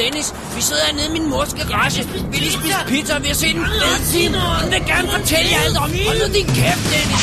Dennis, vi sidder hernede i min mors garage. Vi lige spise pizza, og vi har set en fed film. Hun vil gerne fortælle jer alt om. Hold nu din kæft, Dennis.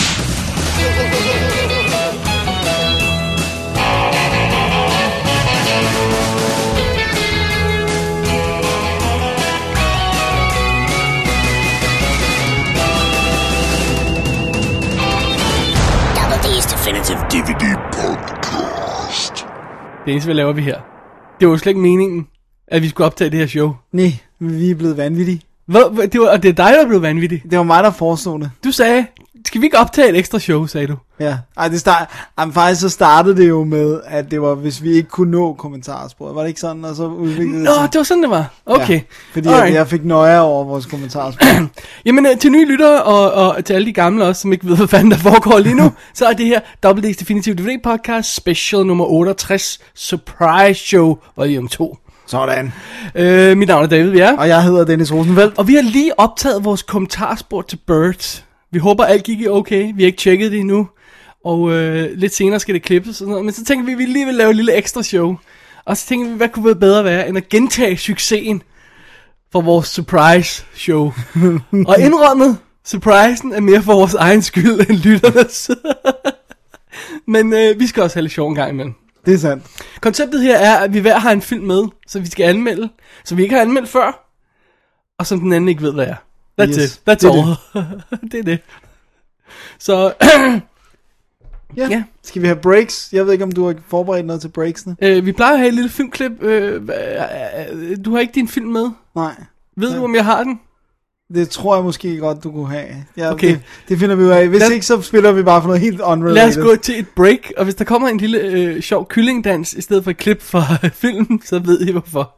Definitive DVD podcast. Dennis, hvad laver vi her? Det var jo slet ikke meningen, at vi skulle optage det her show. Nej, vi er blevet vanvittige. Og det er dig, der er blevet vanvittig. Det var mig, der foreslog det. Du sagde, skal vi ikke optage et ekstra show, sagde du. Ja, faktisk så startede det jo med, at det var, hvis vi ikke kunne nå kommentarsporet. Var det ikke sådan, og så udviklede det sig? Det var sådan, det var. Okay. Ja, fordi jeg fik nøje over vores kommentarspor. Jamen, til nye lyttere, og til alle de gamle også, som ikke ved, hvad fanden der foregår lige nu, så er det her WD's Definitive DVD Podcast, special nummer 68, Surprise Show, volume 2. Sådan. Mit navn er David, vi er. Og jeg hedder Dennis Rosenfeldt. Og vi har lige optaget vores kommentarspor til Birds. Vi håber, alt gik okay. Vi har ikke tjekket det endnu. Og lidt senere skal det klippes og sådan noget. Men så tænker vi, at vi lige vil lave et lille ekstra show. Og så tænker vi, hvad kunne bedre være, end at gentage succesen for vores surprise show. Og indrømmet, surprisen er mere for vores egen skyld end lytternes. Men vi skal også have lidt sjov en gang imellem. Det er sandt. Konceptet her er, at vi hver har en film med, så vi skal anmelde, som vi ikke har anmeldt før, og som den anden ikke ved, hvad er. That's it. That's all. Det er det. Så, ja. Skal vi have breaks? Jeg ved ikke, om du har forberedt noget til breaksene. Vi plejer at have et lille filmklip. Du har ikke din film med? Nej. Ved du, om jeg har den? Det tror jeg måske godt, du kunne have. Ja, okay. Det finder vi ud af. Hvis ikke, så spiller vi bare for noget helt unrelated. Lad os gå til et break, og hvis der kommer en lille sjov kyllingdans i stedet for et klip fra filmen, så ved I hvorfor.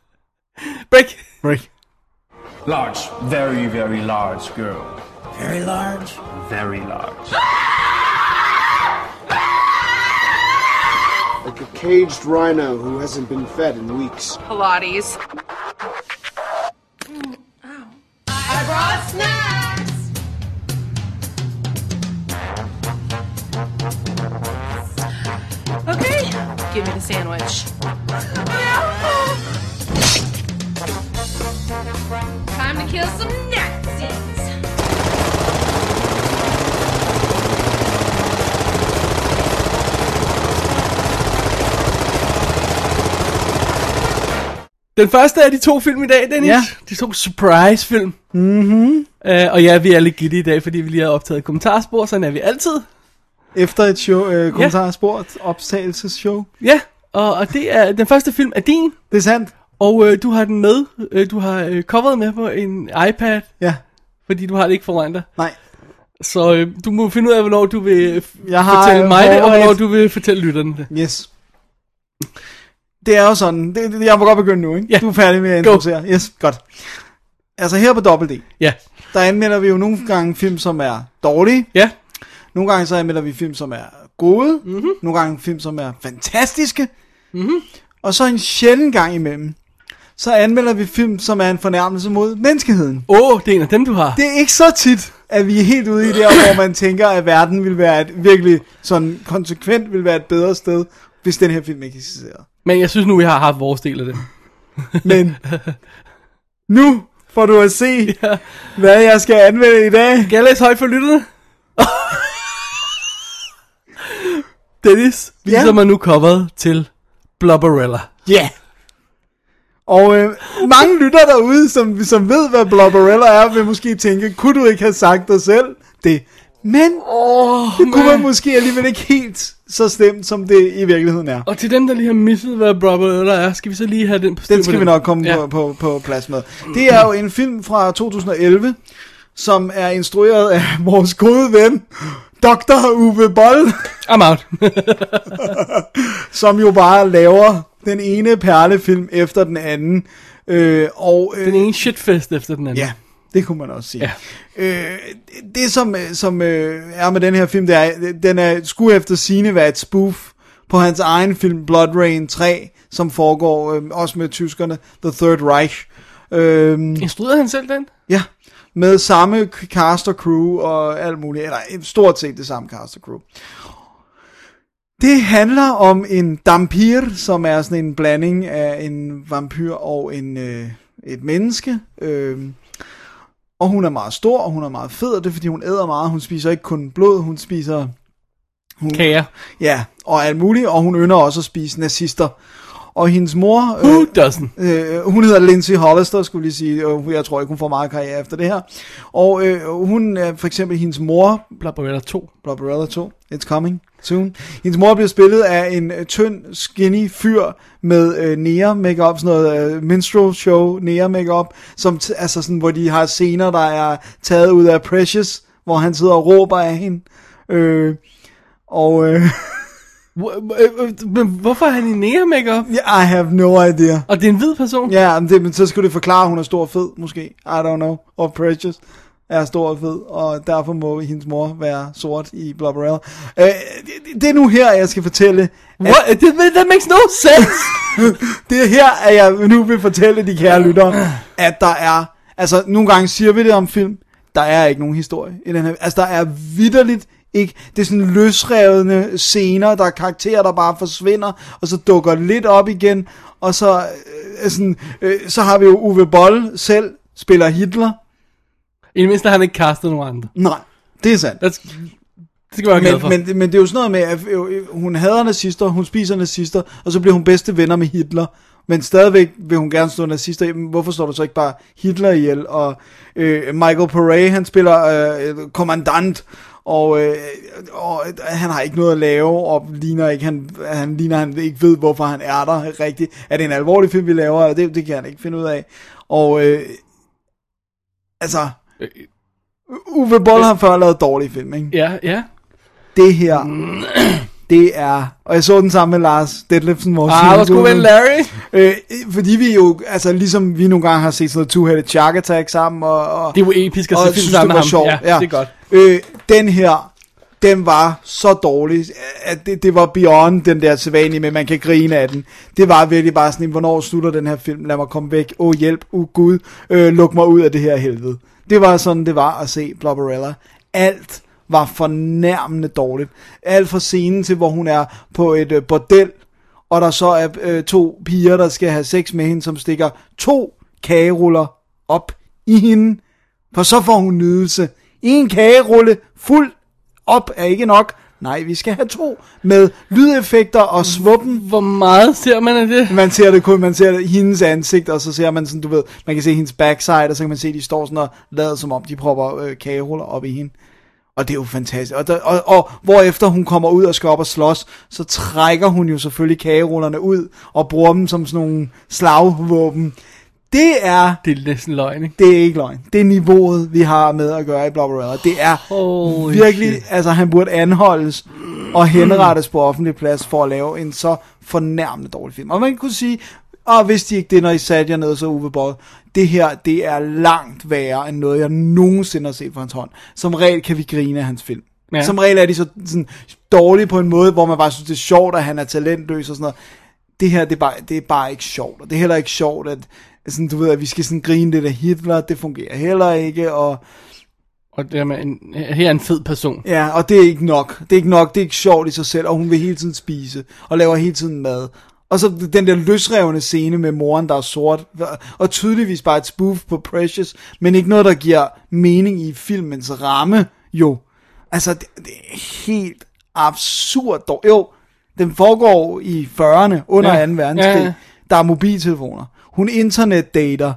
Break. Large, very, very large girl. Very large? Very large. Like a caged rhino who hasn't been fed in weeks. Pilates. I brought snacks! Okay, give me the sandwich. Time to kill some Nazis! Den første af de to film i dag, Dennis. Ja. De to surprise-film. Mhm. Og ja, vi er lidt gidde i dag, fordi vi lige har optaget kommentarspor, sådan er vi altid. Efter et show, kommentarspor, optagelsesshow. Ja, og det er, den første film er din. Det er sandt. Og du har den med, du har coveret med på en iPad. Ja. Fordi du har det ikke foran dig. Nej. Så du må finde ud af, hvornår du vil fortælle mig det, og hvornår du vil fortælle lytterne det. Yes. Det er jo sådan, jeg må godt begynde nu, ikke? Ja. Du er færdig med at introducere. Yes, godt. Altså her på WD, ja, der anmelder vi jo nogle gange film, som er dårlige. Ja. Nogle gange så anmelder vi film, som er gode. Mm-hmm. Nogle gange film, som er fantastiske. Mm-hmm. Og så en sjælden gang imellem, så anmelder vi film, som er en fornærmelse mod menneskeheden. Det er en af dem, du har. Det er ikke så tit, at vi er helt ude i det, hvor man tænker, at verden vil være et virkelig sådan konsekvent vil være et bedre sted, hvis den her film ikke eksisterede. Men jeg synes nu, vi har haft vores del af det. Men nu får du at se, hvad jeg skal anmelde i dag. Skal jeg læse højt for lytterne? Dennis viser mig nu coveret til Blubberella. Ja. Yeah. Og mange lytter derude, som ved, hvad Blubberella er, vil måske tænke, kunne du ikke have sagt dig selv det? Men det kunne man måske alligevel ikke helt så stemt, som det i virkeligheden er. Og til dem, der lige har misset, hvad Blubberella er, skal vi så lige have den på styr. Den skal vi nok komme på plads med. Det er jo en film fra 2011, som er instrueret af vores gode ven, Dr. Uwe Boll. I'm out. Som jo bare laver den ene perlefilm efter den anden. Den ene shitfest efter den anden. Ja, det kunne man også sige. Ja. Det som er med den her film, det er, den skulle efter sigende være et spoof på hans egen film Blood Rain 3, som foregår også med tyskerne, The Third Reich. Instruerede han selv den? Ja, med samme cast og crew og alt muligt, eller stort set det samme cast og crew. Det handler om en dampir, som er sådan en blanding af en vampyr og et menneske. Og hun er meget stor, og hun er meget fed, og det er fordi hun æder meget. Hun spiser ikke kun blod, hun spiser... Kager. Ja, og alt muligt, og hun ynder også at spise nazister. Og hendes mor... Who doesn't? Hun hedder Lindsay Hollister, skulle jeg lige sige, og jeg tror ikke, hun får meget karriere efter det her. Og hun er for eksempel hendes mor... Barbarella 2, it's coming soon. Hendes mor bliver spillet af en tynd, skinny fyr med nære-makeup, sådan noget minstrel show nære-makeup, som altså sådan, hvor de har scener, der er taget ud af Precious, hvor han sidder og råber af hende. Men hvorfor er han i nære-makeup? I have no idea. Og det er en hvid person? Ja, men så skulle det forklare, at hun er stor og fed, måske. I don't know. Og Precious er stor og fed, og derfor må hendes mor være sort i Blobberella. Det er nu her, jeg skal fortælle... What? That makes no sense! Det er her, at jeg nu vil fortælle de kære lyttere, at der er... Altså, nogle gange siger vi det om film, der er ikke nogen historie i den her. Altså, der er vitterligt ikke. Det er sådan løsrevne scener, der er karakterer, der bare forsvinder, og så dukker lidt op igen, og så, så har vi jo Uwe Boll selv, spiller Hitler. I det mindste har han ikke castet nogen andre. Nej, det er sandt. Det skal være glad for. Men det er jo sådan noget med, at hun hader nazister, hun spiser nazister, og så bliver hun bedste venner med Hitler. Men stadigvæk vil hun gerne stå nazister. Hvorfor står der så ikke bare Hitler ihjel? Og Michael Paré, han spiller kommandant, og han har ikke noget at lave, og ligner ikke, han ikke ved, hvorfor han er der rigtigt. Er det en alvorlig film, vi laver? Det kan han ikke finde ud af. Og altså... Uwe Boll har før lavet dårlige film, ikke? Ja. Det her, det er... Og jeg så den sammen med Lars Detlefsen, vores hvor skulle ven Larry? Fordi vi jo, altså ligesom vi nogle gange har set sådan noget Two-Headed Shark Attack sammen, og det er jo episk at se film sammen med ham. Sjovt. Ja, det er godt. Den her, den var så dårlig, at det var beyond den der sædvanlige med, man kan grine af den. Det var virkelig bare sådan, hvornår slutter den her film? Lad mig komme væk. Hjælp. Gud. Luk mig ud af det her helvede. Det var sådan, det var at se Blobberella. Alt var fornærmende dårligt. Alt fra scenen til, hvor hun er på et bordel, og der så er 2 piger, der skal have sex med hende, som stikker 2 kageruller op i hende, for så får hun nydelse. En kagerulle fuld op er ikke nok. Nej, vi skal have 2 med lydeffekter og svuppen. Hvor meget ser man af det? Man ser det kun, man ser det, hendes ansigt, og så ser man sådan, du ved, man kan se hendes backside, og så kan man se, de står sådan og lader som om, de propper kageruller op i hende. Og det er jo fantastisk. Og hvorefter hun kommer ud og skal op og slås, så trækker hun jo selvfølgelig kagerullerne ud, og bruger dem som sådan nogle slagvåben. Det er næsten løgn, ikke? Det er ikke løgn. Det er niveauet, vi har med at gøre i Blobberella. Det er virkelig, shit. Altså han burde anholdes og henrettes på offentlig plads for at lave en så fornærmende dårlig film. Og man kunne sige, hvis de ikke det, når I satte jer ned, så Uwe Boll, det her, det er langt værre end noget, jeg nogensinde har set fra hans hånd. Som regel kan vi grine af hans film. Ja. Som regel er de sådan dårlige på en måde, hvor man bare synes, det er sjovt, at han er talentløs og sådan noget. Det her, det er bare ikke sjovt. Og det er heller ikke sjovt, at sådan, du ved, at vi skal sådan grine lidt af Hitler, det fungerer heller ikke, og det er her er en fed person. Ja, og det er ikke nok. Det er ikke sjovt i sig selv, og hun vil hele tiden spise, og laver hele tiden mad. Og så den der løsrevne scene med moren, der er sort, og tydeligvis bare et spoof på Precious, men ikke noget, der giver mening i filmens ramme, jo. Altså, det er helt absurd. Jo, den foregår i 40'erne, under 2. verdenskrig. Ja. Der er mobiltelefoner. Hun internetdater.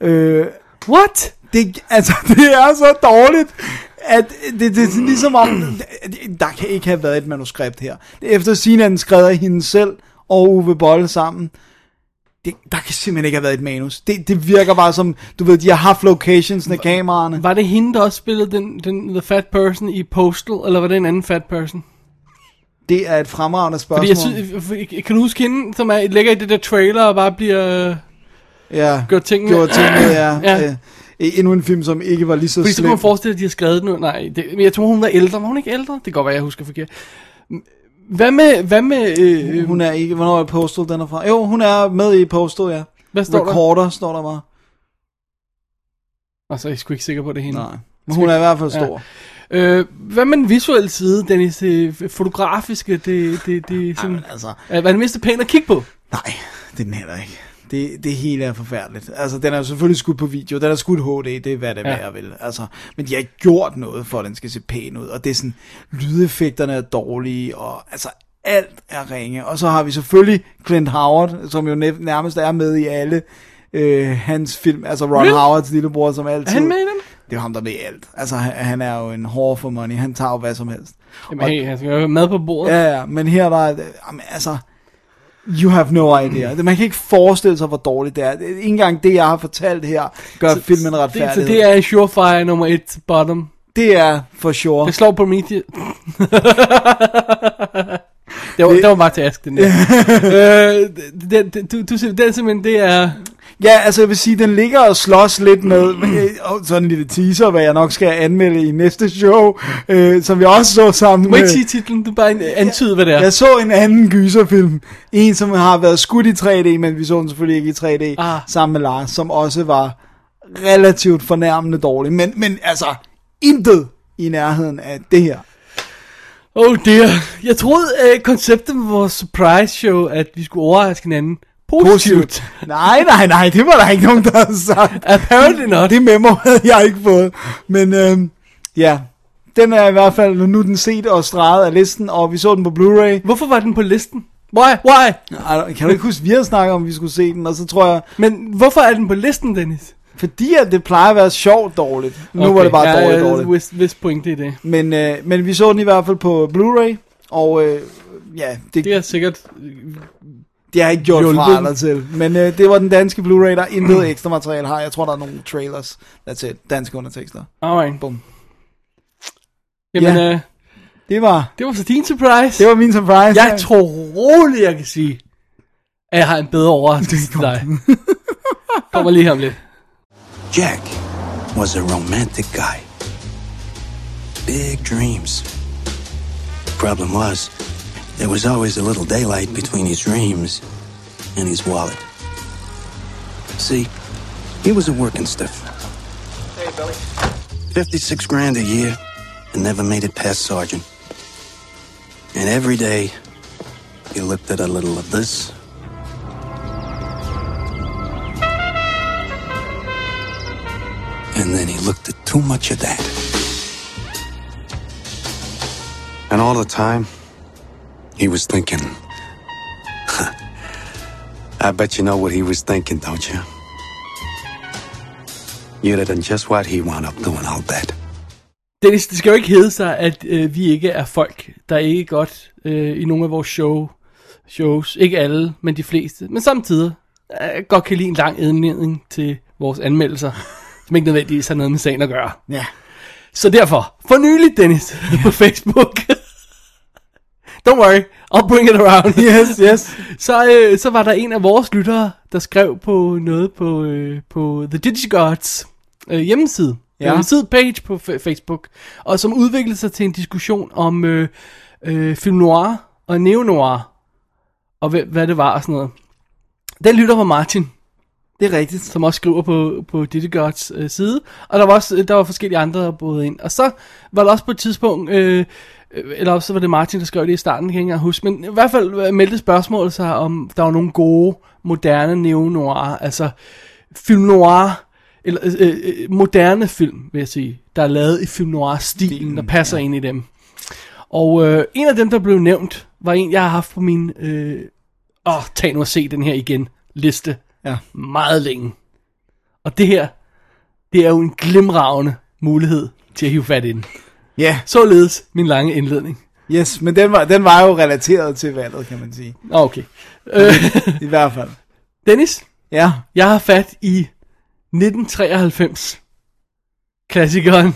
What? Det er så dårligt, at det er ligesom om, der kan ikke have været et manuskript her. Efter sigende er den skrevet af hende selv og Uwe Boll sammen. Der kan simpelthen ikke have været et manus. Det virker bare som, du ved, de har haft locations med kameraerne. Var det hende, der også spillede den The Fat Person i Postal, eller var det en anden fat person? Det er et fremragende spørgsmål. Kan du huske hende, som ligger i det der trailer og bare bliver... gjort tingene, ja. Endnu en film, som ikke var lige så slem. Fordi så kunne man forestille, at de har skrevet noget. Nej, men jeg tror, hun var ældre. Var hun ikke ældre? Det kan godt være, jeg husker forkert. Hvad med hun er ikke... Hvornår er Postal, den er fra? Jo, hun er med i Postal, ja. Hvad står Recorder, står der bare. Og så er jeg sgu ikke sikker på det hende. Nej, men hun er i hvert fald stor. Hvad med den visuelle side, Dennis? Det fotografiske, det sådan... Jamen, altså... Er det mindste pænt at kigge på? Nej, det er den heller ikke. Det hele er forfærdeligt. Altså, den er jo selvfølgelig skudt på video. Den er skudt HD, det er hvad det er, vel. Altså, men de har ikke gjort noget for, at den skal se pæn ud. Og det er sådan, lydeffekterne er dårlige, og altså, alt er ringe. Og så har vi selvfølgelig Clint Howard, som jo nærmest er med i alle hans film. Altså Ron Howards lillebror, som altid... Er han med i dem? Det er ham, der er med i alt. Altså, han er jo en whore for money. Han tager jo hvad som helst. Jamen, hey, han skal jo have mad på bordet. Ja, men her der er... Altså... You have no idea. Man kan ikke forestille sig, hvor dårligt det er. Ikke engang det, jeg har fortalt her, gør filmen retfærdig. Så det er surefire nummer 1 bottom. Det er for sure. Det slår Prometheus. det var bare til ask, den der. Du siger, den simpelthen, det er... Ja, altså jeg vil sige, den ligger og slås lidt med sådan en lille teaser, hvad jeg nok skal anmelde i næste show, som vi også så sammen. Du må ikke sige titlen, du bare antyde, hvad det er. Jeg så en anden gyserfilm, en som har været skudt i 3D, men vi så den selvfølgelig ikke i 3D, sammen med Lars, som også var relativt fornærmende dårlig, men altså intet i nærheden af det her. Oh dear. Jeg troede, konceptet med vores surprise show, at vi skulle overraske hinanden. Positivt. Nej, det var der ikke nogen, der havde sagt. Apparently not. Det memo havde jeg ikke fået. Men ja, den er i hvert fald nu den set og streget af listen, og vi så den på Blu-ray. Hvorfor var den på listen? Why? Kan du ikke huske, vi havde snakket om, vi skulle se den, og så tror jeg... Men hvorfor er den på listen, Dennis? Fordi at det plejer at være sjovt dårligt. Nu okay. var det bare dårligt. Vis pointe i det. Men vi så den i hvert fald på Blu-ray, og ja... Det er sikkert... Det har ikke gjort fra til. Men det var den danske Blu-ray, der intet ekstra materiale har. Jeg tror, der er nogle trailers. That's it. Danske undertekster. Alright. Boom. Jamen, ja, det var så din surprise. Det var min surprise. Jeg tror roligt, jeg kan sige, at jeg har en bedre overraskelse til dig. Kommer lige her om lidt. Jack was a romantic guy. Big dreams. Problem was, there was always a little daylight between his dreams and his wallet. See, he was a working stiff. Hey, Billy. 56 grand a year and never made it past sergeant. And every day, he looked at a little of this. And then he looked at too much of that. And all the time, he was thinking, I bet you know what he was thinking, don't you? You'd have done just what he wound up doing, I'll bet. Det skal jo ikke hedde sig, at vi ikke er folk, der ikke godt i nogle af vores shows. Ikke alle, men de fleste. Men samtidig godt kan lide en lang indledning til vores anmeldelser, som ikke nødvendigvis har noget med sagen at gøre. Ja. Så derfor, for nyligt, Dennis, på Facebook. Don't worry, I'll bring it around. Yes. Så var der en af vores lyttere, der skrev på noget på The Digigods hjemmeside. Ja. En sidepage på Facebook, og som udviklede sig til en diskussion om film noir og neo-noir, og hvad det var og sådan noget. Den lytter var Martin. Det er rigtigt. Som også skriver på Digigods side, og der var forskellige andre, der boede ind. Og så var der også på et tidspunkt, eller så var det Martin, der skrev det i starten, kan jeg ikke engang huske, men i hvert fald meldte spørgsmålet sig, om der var nogle gode, moderne neo-noir, altså film noir, eller moderne film, vil jeg sige, der er lavet i film noir-stilen, der passer ind i dem. Og en af dem, der blev nævnt, var en, jeg har haft på min, tag nu og se den her igen, liste, meget længe. Og det her, det er jo en glimragende mulighed til at hive fat i den. Ja. Yeah. Således min lange indledning. Yes, men den var jo relateret til valget, kan man sige. Okay. I hvert fald. Dennis? Ja? Jeg har fat i 1993 klassikeren.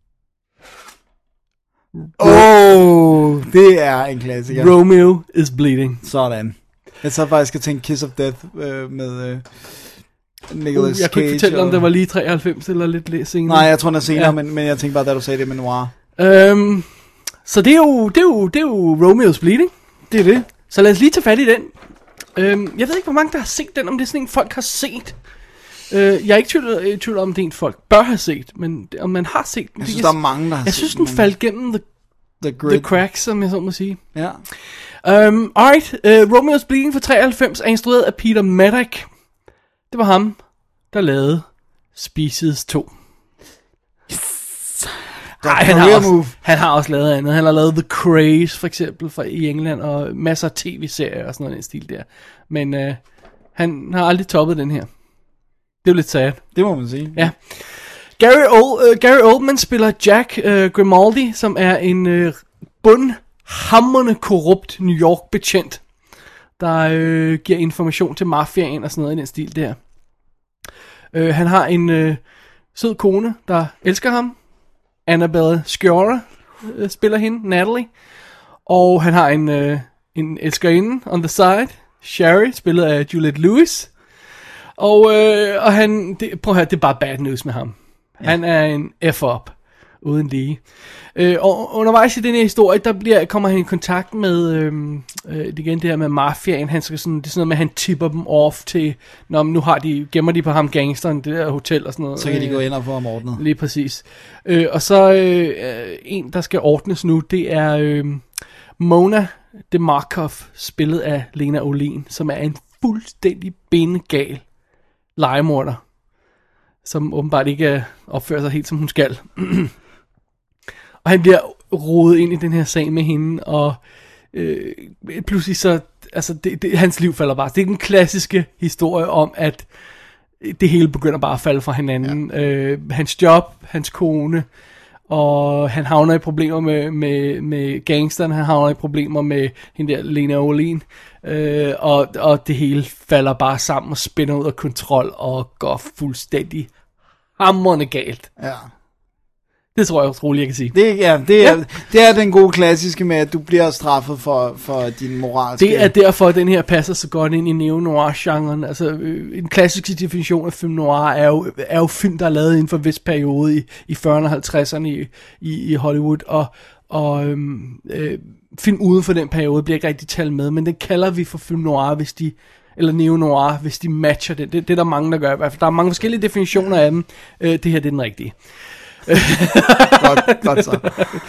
Det er en klassiker. Romeo is Bleeding. Sådan. Jeg så faktisk at tænke Kiss of Death med Nicolas Cage. Jeg kunne ikke fortælle, om det var lige 93 eller lidt senere. Nej, jeg tror, den er senere, men jeg tænkte bare, da du sagde det med noir. Så det er jo Romeo's Bleeding. Det er det. Så lad os lige tage fat i den. Jeg ved ikke, hvor mange der har set den, om det er sådan en, folk har set. Jeg er ikke i tvivl om, det er en folk bør have set, men om man har set den. Jeg synes, der er mange, der har Jeg synes, den faldt gennem the cracks, som jeg så må sige. Ja. Alright, Romeo's Bleeding fra 93 er instrueret af Peter Medak. Det var ham, der lavede Species 2. Ej, han har også lavet andet. Han har lavet The Craze, for eksempel, i England, og masser af tv-serier og sådan noget i den stil der. Men han har aldrig toppet den her. Det er jo lidt sad. Det må man sige. Ja. Gary Oldman spiller Jack Grimaldi, som er en bundhamrende korrupt New York-betjent, der giver information til mafiaen og sådan noget i den stil der. Han har en sød kone, der elsker ham. Annabelle Sciorra spiller hende, Natalie. Og han har en elskerinde on the side, Sherry, spillet af Juliette Lewis. Og han, prøv at høre, det er bare bad news med ham. Ja. Han er en F-up, uden lige. Og undervejs i den her historie, kommer han i kontakt med, igen det her med mafiaen. Han skal sådan, det er sådan noget med, at han tipper dem off til, når nu gemmer de på ham gangsteren, det der hotel og sådan noget. Så kan de gå ind og få ham ordnet. Lige præcis. Og så en, der skal ordnes nu, det er Mona DeMarkov, spillet af Lena Olin, som er en fuldstændig bengal legemorder, som åbenbart ikke opfører sig helt som hun skal. Og han bliver rodet ind i den her sag med hende, og pludselig så, altså hans liv falder bare. Det er den klassiske historie om, at det hele begynder bare at falde fra hinanden. Ja. Hans job, hans kone, og han havner i problemer med gangsteren, han havner i problemer med hende der Lena Olin, og det hele falder bare sammen og spænder ud af kontrol og går fuldstændig hamrende galt. Ja. Det tror jeg roligt, jeg kan sige. Det er den gode klassiske med, at du bliver straffet for din moralske... Det er derfor, at den her passer så godt ind i neo-noir-genren. Altså, en klassisk definition af film noir er jo film, der er lavet inden for en vis periode i 40'erne og 50'erne i Hollywood, og film uden for den periode bliver ikke rigtig talt med, men det kalder vi for film noir, eller neo-noir, hvis de matcher det. Det er der mange, der gør i hvert fald. Der er mange forskellige definitioner af dem. Det her, det er den rigtige. godt så.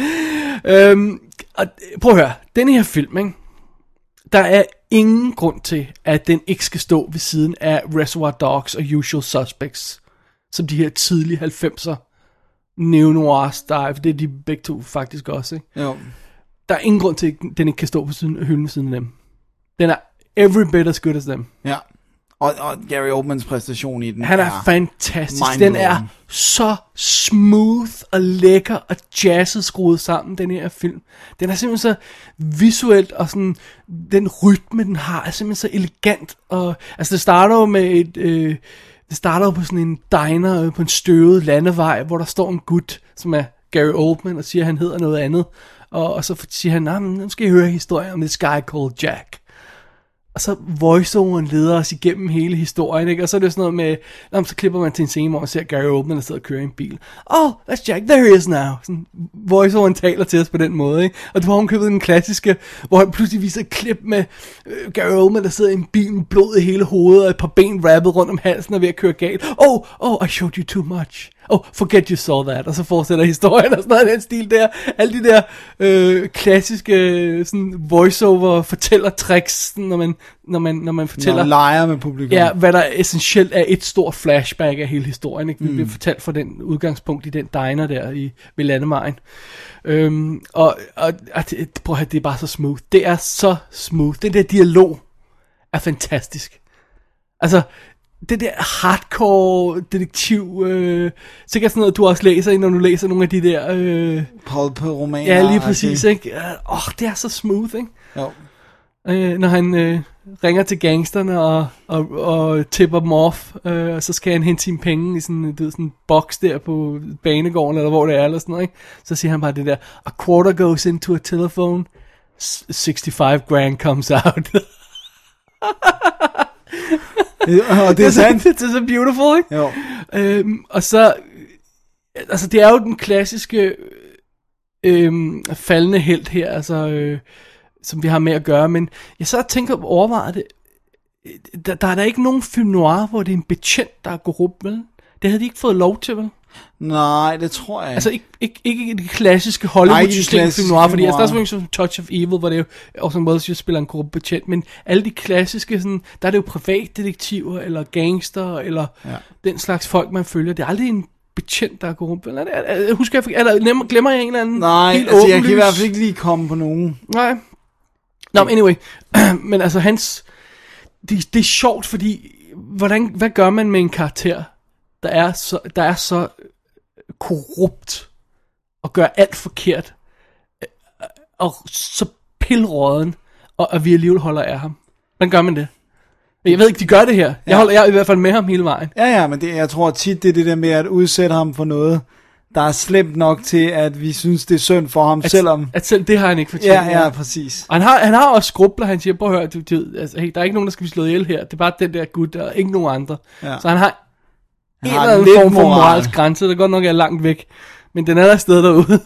Prøv at høre, den her film, ikke? Der er ingen grund til, at den ikke skal stå ved siden af Reservoir Dogs og Usual Suspects, som de her tidlige 90'er neo-noir style, for det er de begge to faktisk også, ikke? Jo. Der er ingen grund til, at den ikke kan stå på hylden ved siden af dem. Den er every bit as good as them. Ja. Og Gary Oldmans præstation i den han er fantastisk. Den er så smooth og lækker og jazzet skruet sammen, den her film. Den er simpelthen så visuelt, og sådan den rytme, den har, er simpelthen så elegant. Og, altså det starter jo med det starter jo på sådan en diner på en støvet landevej, hvor der står en gut, som er Gary Oldman, og siger, at han hedder noget andet. Og så siger han, nu skal I høre historien om this guy called Jack. Og så voiceoveren leder os igennem hele historien, ikke? Og så er det sådan noget med, så klipper man til en scene, hvor man ser Gary Oldman, der sidder og kører i en bil. Oh, that's Jack, there he is now. Sådan, voiceoveren taler til os på den måde, ikke? Og du har omkøbet den klassiske, hvor han pludselig viser et klip med Gary Oldman, der sidder i en bil med blod i hele hovedet, og et par ben wrappet rundt om halsen og ved at køre galt. Oh, I showed you too much. Forget you saw that. Og så fortsætter historien og sådan noget, den stil der. Alle de der klassiske sådan voiceover fortæller tricks, når man fortæller. Når man leger med publikum. Ja, hvad der essentielt er et stort flashback af hele historien. Ikke? Vi bliver fortalt fra den udgangspunkt i den diner der ved landevejen. Prøv at høre, det er bare så smooth. Det er så smooth. Den der dialog er fantastisk. Altså, det der hardcore detektiv, sikkert sådan noget, du også læser, når du læser nogle af de der... pulp-romaner. Ja, lige præcis, ikke? Det er så smooth, ikke? Jo. Når han ringer til gangsterne og tipper dem off, og så skal han hente sine penge i sådan en boks der på banegården, eller hvor det er, eller sådan noget, ikke? Så siger han bare det der, a quarter goes into a telephone, 65 grand comes out. Og det er sandt. Det er så beautiful, ikke? Jo. Og så, altså det er jo den klassiske faldende helt her, altså som vi har med at gøre, men jeg så tænker overvejet det, der er der ikke nogen film noir, hvor det er en betjent, der er korrupt, vel? Det havde de ikke fået lov til, vel? Nej, det tror jeg Altså ikke det klassiske Hollywood-system film noir, fordi altså, der er selvfølgelig sådan Touch of Evil, hvor det jo Orson Welles spiller en korrupt betjent, men alle de klassiske, sådan, der er det jo privatdetektiver, eller gangster, eller den slags folk, man følger. Det er aldrig en betjent, der er korrupt. Jeg husker, glemmer jeg en eller anden? Nej, helt altså jeg kan i hvert fald ikke lige komme på nogen. Nej. Nå, men anyway. Men altså hans... Det er sjovt, fordi... Hvad gør man med en karakter, der er så korrupt, og gør alt forkert, og så pilråden, og at vi alligevel holder af ham? Hvordan gør man det? Jeg ved ikke, de gør det her. Jeg er i hvert fald med ham hele vejen. Ja, men jeg tror tit, det er det der med at udsætte ham for noget, der er slemt nok til, at vi synes, det er synd for ham, selvom... At selv det har han ikke fortjent. Ja, præcis. Og han har også skrubler, han siger, prøv at høre, altså, hey, der er ikke nogen, der skal blive slået ihjel her. Det er bare den der gut, der er ikke nogen andre. Ja. Så han har en eller anden form for moralsk grænse, der godt nok er langt væk. Men den er der sted derude.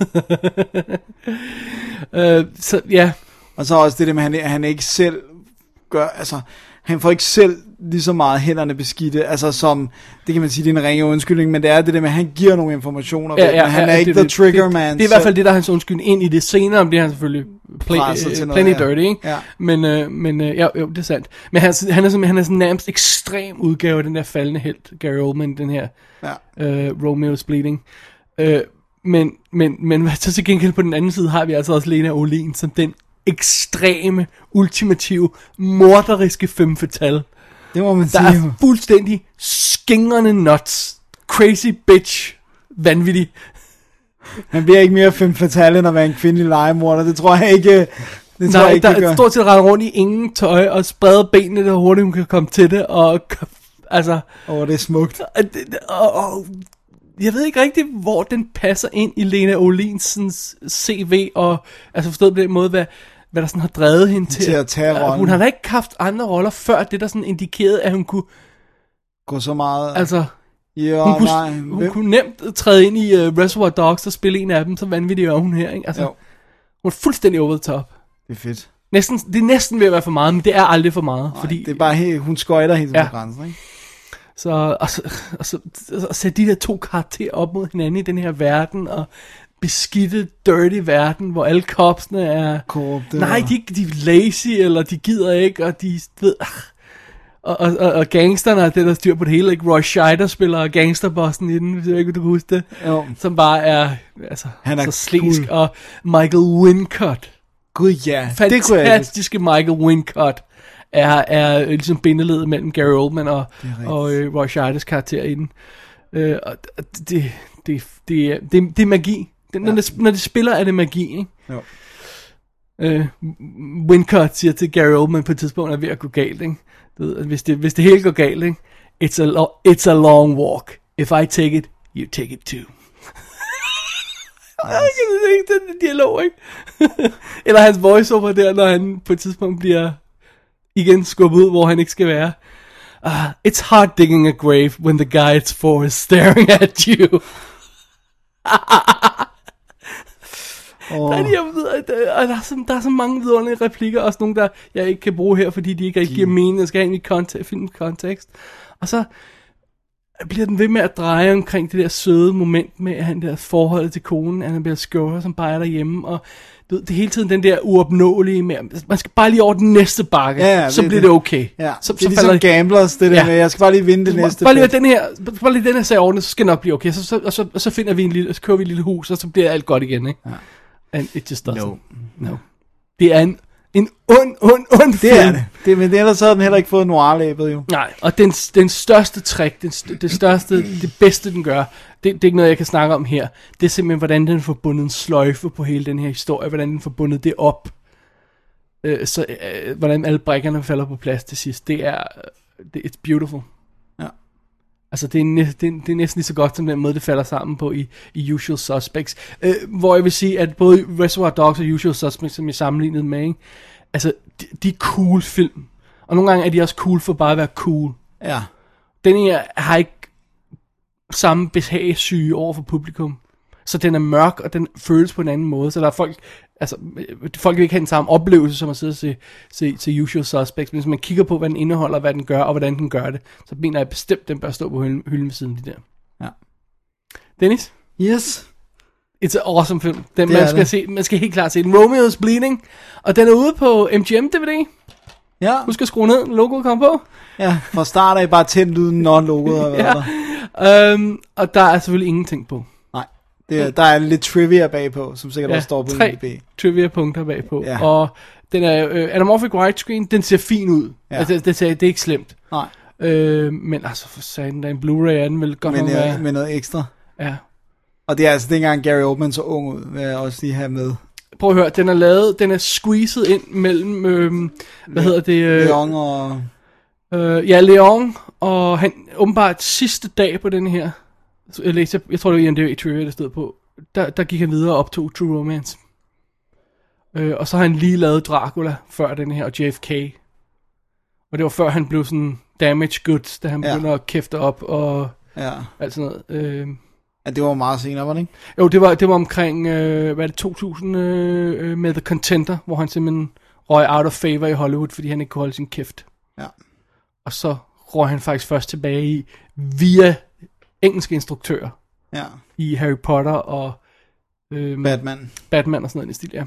Så ja. Og så også det der med, at han ikke selv gør... Altså, han får ikke selv lige så meget hænderne beskidte, altså som, det kan man sige, det er en ringe undskyldning, men det er det der med, at han giver nogle informationer, men han er ikke the trigger man. Det er i hvert fald det, der er hans undskyldning ind i det. Senere bliver han selvfølgelig plenty dirty, ikke? Ja. Men jo, det er sandt. Men han er sådan nærmest ekstrem udgave af den der faldende helt, Gary Oldman, den her Romeo's Bleeding. Men så til gengæld på den anden side har vi altså også Lena Olin som den ekstreme, ultimative, morderiske femme fatale. Det må man sige. Der er fuldstændig skingrende nuts. Crazy bitch. Vanvittig. Han bliver ikke mere femme fatale, end at være en kvindelig legemorder. Det tror jeg ikke. Der er stort set rende rundt i ingen tøj og sprede benene, der hurtigt hun kan komme til det. Og altså... det er smukt. Og jeg ved ikke rigtig, hvor den passer ind i Lena Olinsens CV, og altså forstået på den måde, hvad der sådan har drevet hende til at tage rollen. Hun har da ikke haft andre roller før det, der sådan indikerede, at hun kunne gå så meget. Altså, hun kunne nemt træde ind i Reservoir Dogs og spille en af dem, så vanvittig er hun her, ikke? Altså, hun er fuldstændig over the top. Det er fedt. Det er næsten ved at være for meget, men det er aldrig for meget. Nej, fordi det er bare hun skøjter helt på grænsen, ikke? Så sætte de der to karakterer op mod hinanden i den her verden, og beskidte, dirty verden, hvor alle kopsene er korrupte. Nej, de er lazy, eller de gider ikke, og de ved... Og gangsterne er det, der styr på det hele, ikke? Roy Scheider spiller gangsterbossen i den, hvis jeg ikke, du kan huske det. Jo. Som bare er, altså, han er så slisk. Cool. Og Michael Wincott. Gud ja, fantastiske Michael Wincott er ligesom bindeledet mellem Gary Oldman og Roy Scheiders karakter i den. Det er magi. Når det spiller, er det magi, ikke? Jo. Wincott siger til Gary Oldman på et tidspunkt, er ved at gå galt, ikke? Hvis det hele går galt, ikke? It's a long walk. If I take it, you take it too. Jeg kan ikke den dialog, ikke? Eller hans voiceover der, når han på et tidspunkt bliver igen skubbet ud, hvor han ikke skal være. It's hard digging a grave when the guy it's for is staring at you. Der er så mange vidunderlige replikker, også nogle, der jeg ikke kan bruge her, fordi de ikke giver mening, jeg skal have ind i filmens kontekst. Og så bliver den ved med at dreje omkring det der søde moment med han der forhold til konen, Annabelle Scorer, som bare er derhjemme, og det er hele tiden den der uopnåelige med, man skal bare lige over den næste bakke, så bliver det okay. Ja, så, det er ligesom gamblers, det der med, jeg skal bare lige vinde det næste. Bare lige den her sag ordnet, så skal det nok blive okay, så finder vi så kører vi et lille hus, og så bliver alt godt igen, ikke? Ja. And it just doesn't. No. Det er en ond film. Det er det. Men ellers så havde den heller ikke fået noir-labet, jo. Nej, og den største trick, det bedste den gør, det er ikke noget, jeg kan snakke om her. Det er simpelthen, hvordan den får bundet en sløjfe på hele den her historie, hvordan den får bundet det op. Hvordan alle brækkerne falder på plads til sidst. It's beautiful. Ja. Altså, det er næsten lige så godt som den måde, det falder sammen på i Usual Suspects. Hvor jeg vil sige, at både Reservoir Dogs og Usual Suspects, som jeg sammenlignede med, ikke? Altså, de er cool film. Og nogle gange er de også cool for bare at være cool. Ja. Den her har ikke samme behagssyge over for publikum. Så den er mørk, og den føles på en anden måde. Så der er folk, altså, folk vil ikke have den samme oplevelse, som at sidde og se Usual Suspects. Men hvis man kigger på, hvad den indeholder, hvad den gør, og hvordan den gør det, så mener jeg bestemt, den bør stå på hylden ved siden af de der. Ja. Dennis? Yes. It's an awesome film. Den, Det man skal helt klart se den. Romeo's Bleeding. Og den er ude på MGM DVD. Ja. Husk at skrue ned, logoet kommer på. Ja, fra start af bare tændt lyden, når logoet har været der. Og der er selvfølgelig ingenting på. Nej, der er lidt trivia bagpå, som sikkert også står på 3 IMDb. trivia-punkter bagpå. Ja. Og den er anamorphic widescreen, den ser fin ud. Ja. Altså, det er ikke slemt. Nej. Men altså, for satan, der er en Blu-ray af den, vel godt nok være. Med noget ekstra. Ja. Og det er altså dengang Gary Oldman så ung ud, vil jeg også lige have med. Prøv at høre, den er squeezed ind mellem, hvad hedder det? Leon og... Leon, og han åbenbart sidste dag på den her, jeg tror det var IMDb Trivia, der stod på, der gik han videre og optog True Romance. Og så har han lige lavet Dracula før den her, og JFK. Og det var før han blev sådan damaged goods, da han begyndte at kæfte op og alt sådan noget. Ja, det var meget senere, var det ikke? Jo, det var omkring, hvad er det, 2000 med The Contender, hvor han simpelthen røg out of favor i Hollywood, fordi han ikke kunne holde sin kæft. Ja. Og så røg han faktisk først tilbage i, via engelske instruktører. Ja. I Harry Potter og Batman og sådan noget i stil, ja.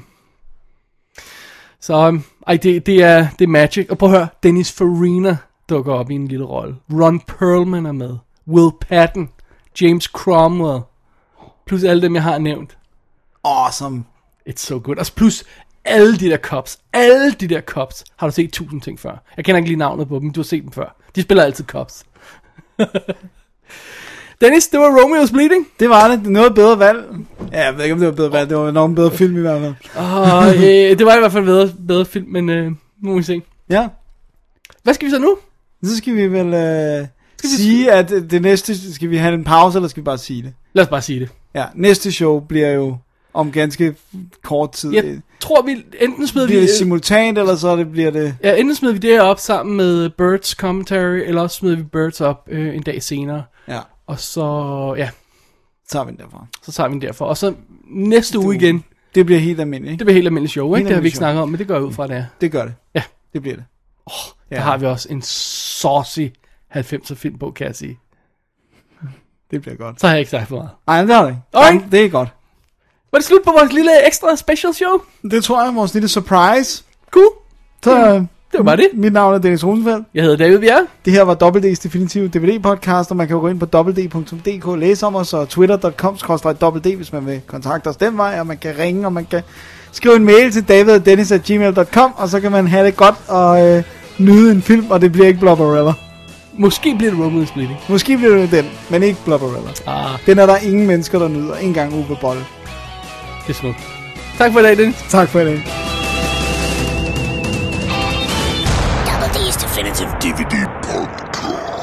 Så det er magic. Og prøv at høre, Dennis Farina dukker op i en lille rolle. Ron Perlman er med. Will Patton. James Cromwell. Plus alle dem, jeg har nævnt. Awesome. It's so good. Og plus alle de der cops. Alle de der cops. Har du set 1000 ting før? Jeg kender ikke lige navnet på dem, men du har set dem før. De spiller altid cops. Dennis, det var Romeo's Bleeding. Det var det. Noget bedre valg. Ja, jeg ved ikke, om det var bedre valg. Det var nok en bedre film i hvert fald. Det var i hvert fald bedre film, men nu må vi se. Ja. Hvad skal vi så nu? Så skal vi vel sige, at det næste... Skal vi have en pause, eller skal vi bare sige det? Lad os bare sige det. Ja, næste show bliver jo om ganske kort tid. Jeg tror, vi enten smider bliver det simultant, eller så bliver det... Ja, enten smider vi det op sammen med Birds commentary, eller også smider vi Birds op en dag senere. Ja. Og så, ja. Så tager vi den derfra. Så tager vi den derfra. Og så næste uge igen. Det bliver helt almindeligt, ikke? Det bliver helt almindeligt show, ikke? Det har vi ikke snakket om, men det går jeg ud fra, det er. Det gør det. Ja. Det bliver det. Der har vi også en saucy 90'er film på, kan jeg sige. Det bliver godt. Så har jeg ikke sagt for meget. Nej, det har det ikke. Alright. Det er godt. Var det slut på vores lille ekstra special show? Det tror jeg, vores lille surprise. Cool. Så det var bare det. Mit navn er Dennis Rosenfeldt. Jeg hedder David Bjerre. Det her var WD's definitive DVD-podcast, og man kan jo gå ind på www.dk og læse om os, og twitter.com/wd, hvis man vil kontakte os den vej, og man kan ringe, og man kan skrive en mail til david@dennis@gmail.com, og så kan man have det godt og nyde en film, og det bliver ikke Blubberella. Måske bliver det Romeo's Bleeding. Måske bliver det den, men ikke Blubberella. Den er der ingen mennesker, der nyder. Ikke engang Uwe Boll. Det er smukt. Tak for i dag, Dennis. Tak for i dag. Double D's Definitive DVD Podcast.